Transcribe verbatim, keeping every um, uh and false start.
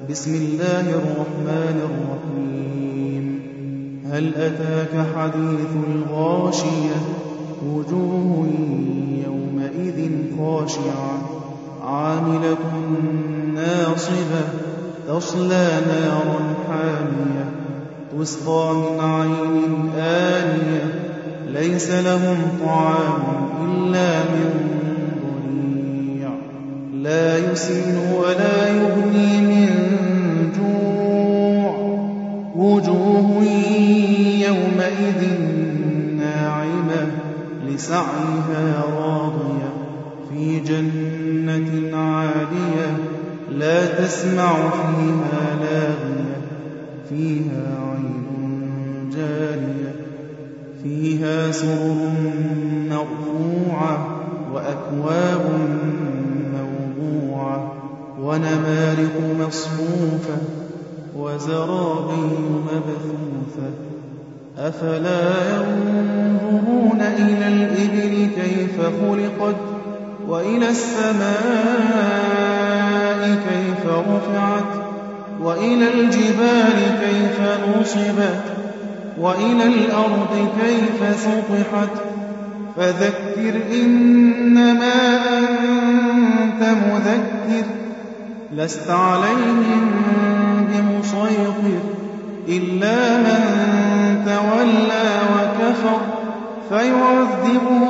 بسم الله الرحمن الرحيم هل أتاك حديث الغاشية وجوه يومئذ خاشعة عاملة ناصبة تصلى نارا حامية تسقى من عين آنية ليس لهم طعام إلا من ضريع لا يسمن ولا يغني من جوع وجوه يومئذ ناعمة لسعيها راضية في جنة عالية لا تسمع فيها لاغية فيها عين جارية فيها سرر مرفوعة وأكواب موضوعة ونمارق مصفوفة وزرابي مبثوثة أفلا ينظرون إلى الإبل كيف خلقت وإلى السماء كيف رفعت وإلى الجبال كيف نصبت وإلى الأرض كيف سطحت فذكر إنما أنت مذكر لست عليهم بمسيطر إلا من تولى وكفر فيعذبه